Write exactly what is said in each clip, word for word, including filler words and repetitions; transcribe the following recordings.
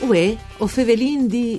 Uè, o fevelin di...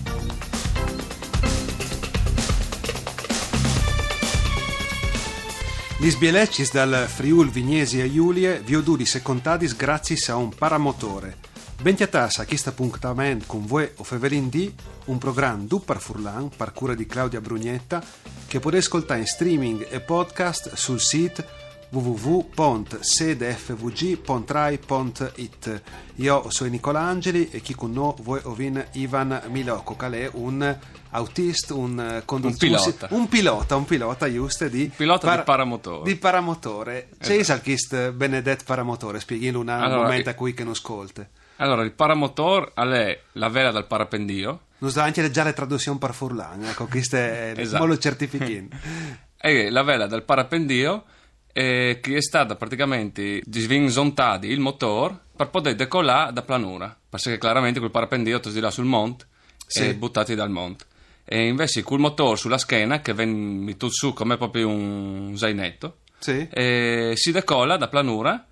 Gli sbieleccis dal Friul Vignesi e Giulie viodudi secontadis grazie a un paramotore. Bentiatas a questo appuntamento con voi o fevelin di un programma du par Furlan, par cura di Claudia Brugnetta, che potete ascoltare in streaming e podcast sul sito w w w punto sedefvg punto rai punto it. Io sono Nicola Angeli e chi con noi voi ovin Ivan Milocco, che è un autista, un conduttore, un pilota, un pilota, un pilota giusto di pilota par- di paramotore. Di paramotore. C'è Esatto. il chist benedetto paramotore, spieghi un Allora, momento a eh, cui che non ascolte. Allora, il paramotor è la vela dal parapendio. Non dà anche già le traduzioni per Furlan, ecco, questo è Esatto. lo certifichino. E la vela dal parapendio eh, che è stata praticamente svinzontata il motore per poter decollare da planura, perché chiaramente quel parapendio ti dirà sul monte Sì. e buttati dal monte. E invece col motore sulla schiena che viene tutto su come proprio un zainetto, Sì. e si decolla da planura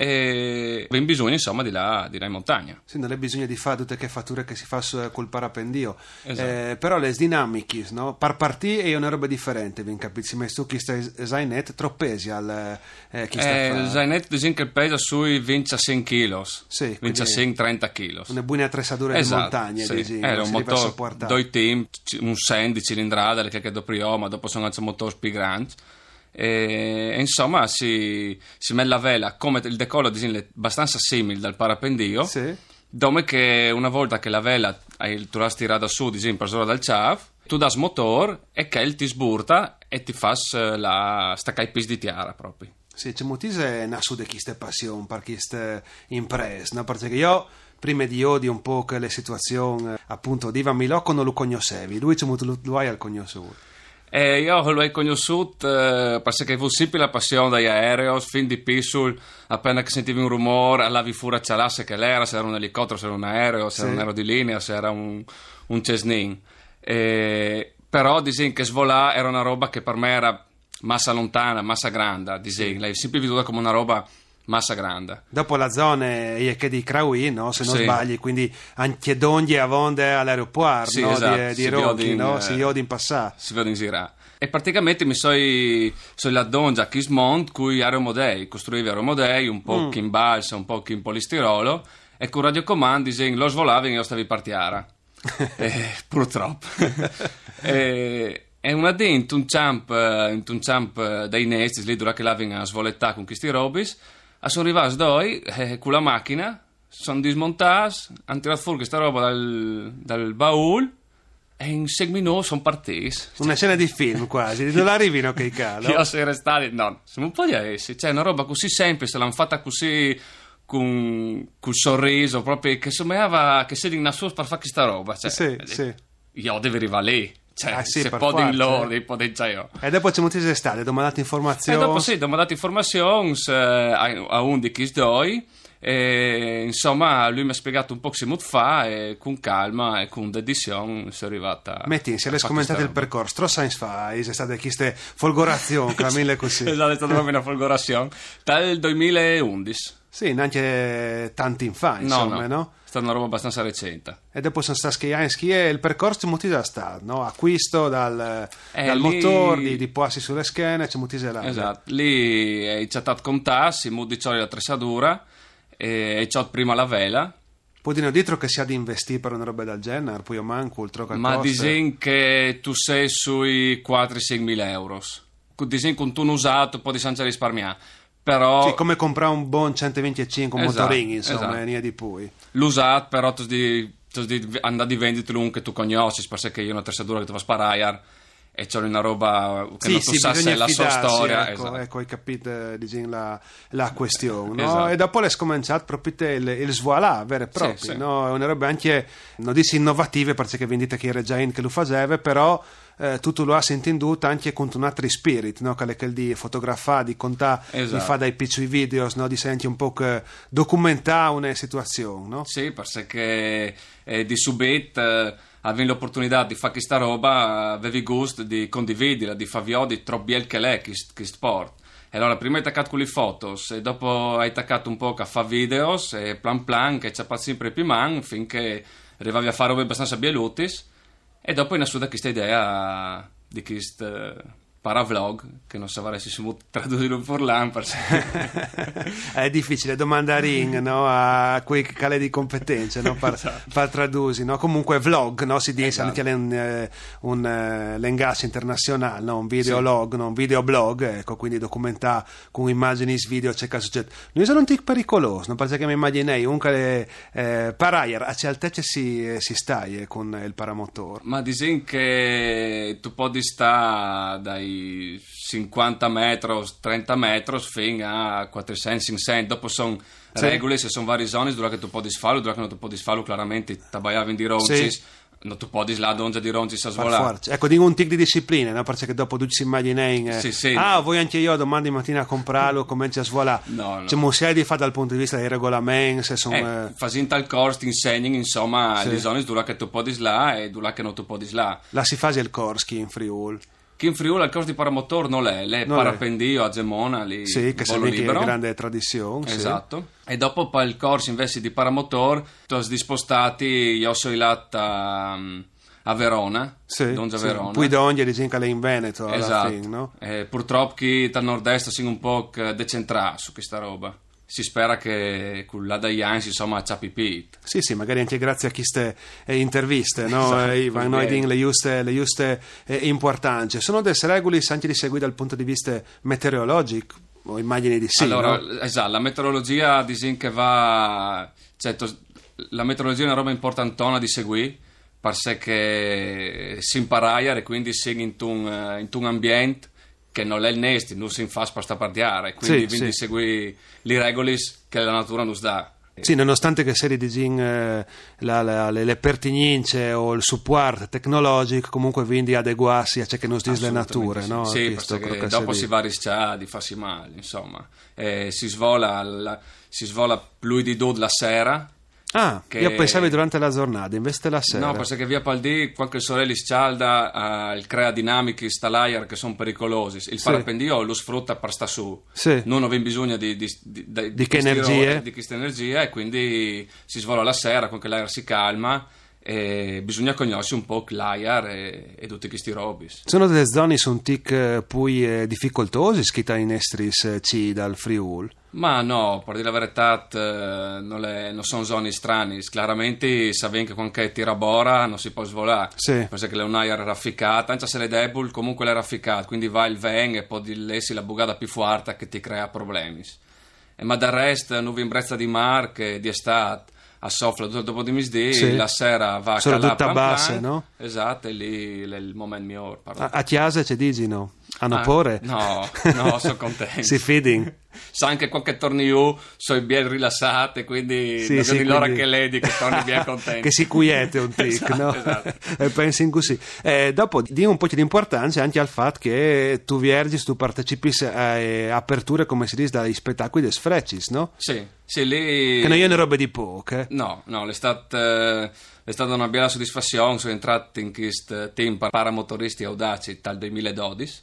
e ben bisogno insomma di là, di là in montagna. Sì, non è bisogno di fare tutte che fatture che si fa su, col parapendio. Esatto. Eh, però le dinamiche, no? Per partire è una roba differente, vi capisci? Ma tu chi stai zainet troppesi al eh, chi sta Eh, fa- il zainetto dicono che pesa sui ventisei chilos, Sì, quindi ventisei trenta chilos. Una buona attrezzatura Esatto, di montagna, sì. dici, Era non un si deve motore, sopportare. due team, un sei di cilindrada che dopo prima, ma dopo sono anche motori più grandi. E, e insomma si, si mette la vela come il decollo disegno, abbastanza simile dal parapendio, Sì. dove che una volta che la vela hai, tu la tirata su disegno per sopra dal ciaf, tu das motor e che il ti sburta e ti fa la staccai pis di tiara proprio. Sì, c'è motise nasu di queste passioni, per queste imprese, no? Perché io prima di odi un po' che le situazioni appunto di Ivan Milocco non lo conoscevi, lui c'è molto lo hai al conosciuto. E io l'ho conosciuto eh, perché fu sempre la passione dagli aerei, fin di Pissul, appena che sentivi un rumore, allavi fuori a cialasse che l'era, se era un elicottero, se era un aereo, se Sì. era un aereo di linea, se era un, un Cessnin. E, però disin che svolà era una roba che per me era massa lontana, massa grande, disin, l'hai sempre veduta come una roba massa grande. Dopo la zona è che di Crauì, no? Se non Sì. sbagli, quindi anche d'ogni a vonde all'aeroporto, Sì, no? esatto, di, di si Rocchi, vede in, no? eh, Si vede in passato. Si vede in Zirà. E praticamente mi sono so la dongia a Kismont cui aeromodei, costruivi aeromodei un po' Mm. in balsa, un po' in polistirolo e con radiocomandi disin, lo svolavi e io stavi partiara. eh, purtroppo. e, e una dent un champ, un champ dai nesti lì dura che l'avevi a svolettare con questi robis. A sono arrivati doi eh, con la macchina, sono dismontati, hanno tirato fuori questa roba dal, dal baul e in sei minuti sono partiti. Una scena di film quasi, non arrivino che i calo. Io sono restato, no, siamo un po' di essi, cioè una roba così semplice, l'hanno fatta così con col sorriso, proprio che sembrava che sei in naso per fare questa roba. Cioè, Sì, sì. Io devo arrivare lì, cioè Ah, sì, se per può forza, di loro, eh. devo poter già io. E dopo c'è molti estate, domandate E informazioni. dopo sì, abbiamo dato informazioni eh, a, a un di chi doi. E, insomma, lui mi ha spiegato un po' che si muove fa e con calma e con dedizione si è arrivata. Metti, se a le fare commentate il questa roba. percorso, tro science fa, è stata queste folgorazioni, clamille così. Esatto, è stata proprio una folgorazione dal duemilaundici. Sì, neanche tanti in fa, insomma, no? È stata una roba abbastanza recente. E dopo sono stati schiai in schi e il percorso c'è molti da stare, no? Acquisto dal, Eh, dal lì- motore, di, di poassi sulle schiene, c'è molti là. Esatto, lì hai chattato con tassi, mudi ciò l'attrezzatura e hai ciò prima la vela. Poi di dietro che si ha di investire per una roba del genere, poi io manco, il troco al Ma costo. disin che tu sei sui quattro sei mila euro. Disin con tu usato puoi di risparmiare. Però Sì, come comprare un buon centoventicinque Esatto, motorini, insomma, esatto. e niente di poi. l'usato però tu di, tu di andare di venditelo un che tu conosci, perché io ho un'attrezzatura che ti fa sparare e c'è una roba che Sì, non tu sì, sai bisogna la sua fidarsi, storia. ecco, Esatto. ecco, hai capito eh, diciamo, la, la questione, no? Esatto. E dopo l'hai scominciato proprio te il, il svoilà vero e proprio, Sì, sì. no? È una roba anche, non dici innovative, perché vendite che era già in che lo faceva, però eh, tutto lo ha sentito anche con un altro spirit, no? Che è quel di fotografare, di contare, Esatto. di fare dai piccoli video, no? Di senti un po' che documentare una situazione, no? Sì, perché eh, di subito eh, avevi l'opportunità di fare questa roba, avevi gusto di condividerla, di fare di troppo bel che è questo sport. E allora prima hai attaccato con le fotos e dopo hai attaccato un po' a fare videos e plan plan che c'è sempre più man finché arrivavi a fare robe abbastanza bielutis e dopo è nata questa idea di questo paravlog che non saprei se si può tradurre in furlan è difficile domanda ring, no? A quei cale di competenze, no? per, esatto. per tradursi, no? Comunque vlog, no? Si dice esatto. anche un, un, un lengasse internazionale, no? Un videolog, sì. no? Un videoblog, ecco, quindi documenta con immagini video c'è caso succede. Noi sono un tic pericoloso, no? Perché mi immaginei un che eh, paraia a che altezza si, si stai eh, con il paramotore. Ma disin che tu puoi stare dai cinquanta metri, trenta metri fino a quattrocento cinquecento, dopo sono sì. regole, se sono vari zone dove tu puoi farlo, dove non tu puoi farlo chiaramente tabagliavi di ronci, sì. non tu puoi là donde di ronci a svolare. Ecco, dico un tic di disciplina, no? Perché dopo tu ci immagini eh, sì, sì, ah, no. vuoi anche io domani mattina a comprarlo, cominci a svolare. No, no. C'è un sei di fa dal punto di vista dei regolamenti, se sono eh, eh... facendo tal corso ti insegnano insomma sì. le zone dove che tu puoi là e dove che non tu puoi là. La si fa il corski in Friuli. Che in Friuli il corso di paramotor non è, l'è non parapendio a Gemona lì, sì, che volo libero. Che è grande tradizione, esatto. Sì. E dopo poi il corso invece di paramotor tu hai dispostati io sono là a Verona, sì, Donza sì. Verona. Poi d'ogni dicono che è in Veneto alla esatto. fine, no? E purtroppo chi dal nord-est si un po' decentrato su questa roba. Si spera che con la Daians insomma ci pipit. Sì, sì, magari anche grazie a queste eh, interviste, no? Esatto, eh, Ivan, noi diamo le giuste, le giuste eh, importanti. Sono delle regole anche di seguire dal punto di vista meteorologico? O immagini di sì, allora, no? esatto, la meteorologia disin che va certo, la meteorologia è una roba importantona di seguire perché si impara e quindi si in un, in un ambiente che non è il nesti, non si fa per pardiare, quindi, sì, quindi sì. segui le regole che la natura nos dà. Sì, nonostante che serie di gin, eh, la, la, le, le pertinenze o il supporto tecnologico comunque quindi adeguarsi a ciò che nos dice le nature, sì. no? Sì, Questo, perché dopo si va a rischiare di farsi male, insomma. Eh, si svola la, si svola più di due la sera. Ah, che... io pensavo durante la giornata, invece la sera. No, perché via Paldì, qualche sorella scalda, uh, il crea dinamiche stalayer che sono pericolosi. Il sì. parapendio lo sfrutta per sta su. Sì. Non aveva bisogno di, di, di, di, di che energie? Di questa energia e quindi si svola la sera con che l'aria si calma. E bisogna conoscere un po' l'air e, e tutti questi robi. Sono delle zone su un tic poi eh, difficoltosi scritta in estris eh, C dal Friuli? Ma no, per dire la verità eh, non, le, non sono zone strane, chiaramente sapete che quando tira bora non si può svolare, sì. perché è un'aria rafficata, anche se è debole comunque l'è rafficata, quindi va il vento e poi lessi la bugata più forte che ti crea problemi. E, ma del resto non vi imbrezza di mare che di estate a soffla dopo di misdì, sì. la sera va a sono calare tutta bassa, no? Esatto, e lì è il momento migliore. A, a chiesa ci dici no? Hanno ah, pure? No, no, sono contento. Si feeding? Sa anche qualche tornio sono ben rilassate, quindi sì, non sì, di l'ora quindi... che lei di che torni ben contento. Che si quiete un tic, esatto, no? Esatto. E pensi in così. Eh, dopo di un po' di importanza anche al fatto che tu viergi, tu partecipi a eh, aperture, come si dice, dagli spettacoli des Frecis, no? Sì, sì, lì... Che non è una roba di poco, eh? No, no, l'estate... È stata una bella soddisfazione, sono entrato in questo team paramotoristi audaci dal duemiladodici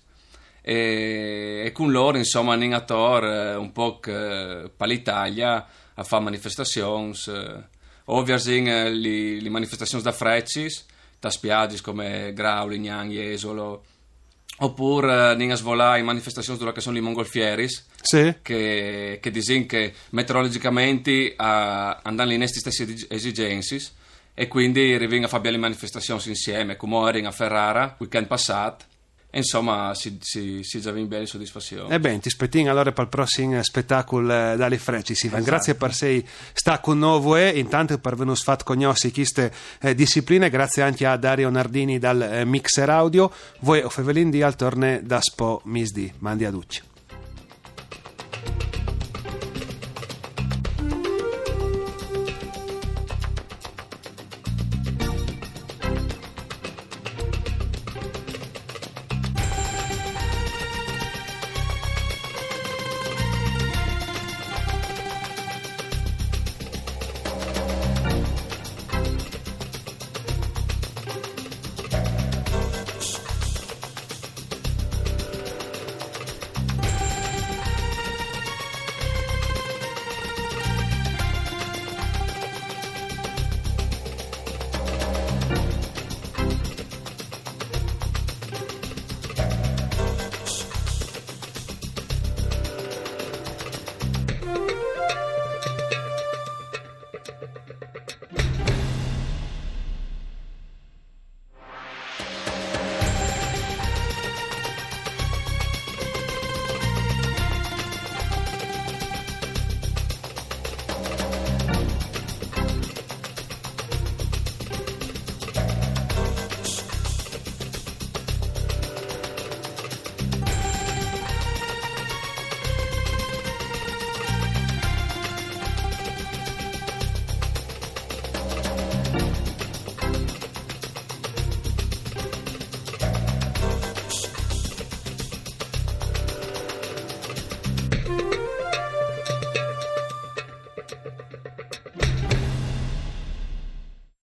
e, e con loro insomma in attor un po' per l'Italia a fare manifestazioni, ovviamente le, le manifestazioni da Frecis, da spiagge come Grau, Lignano, Jesolo, oppure a svolare in manifestazioni dove sono i mongolfieris, sì. che, che dicono che meteorologicamente andano in queste stesse esigenze. E quindi rivenga a fare le manifestazioni insieme, come ero a Ferrara weekend passato, e insomma si, si, si già in belle soddisfazioni. E bene, ti aspettiamo allora per il prossimo spettacolo dalle Frecis. Esatto. Grazie per sei sta con noi e intanto per averci fatto conoscere queste eh, discipline, grazie anche a Dario Nardini dal eh, Mixer Audio. Voi o Fevelin di al torne da Spo Misdi. Mandi a Ducci.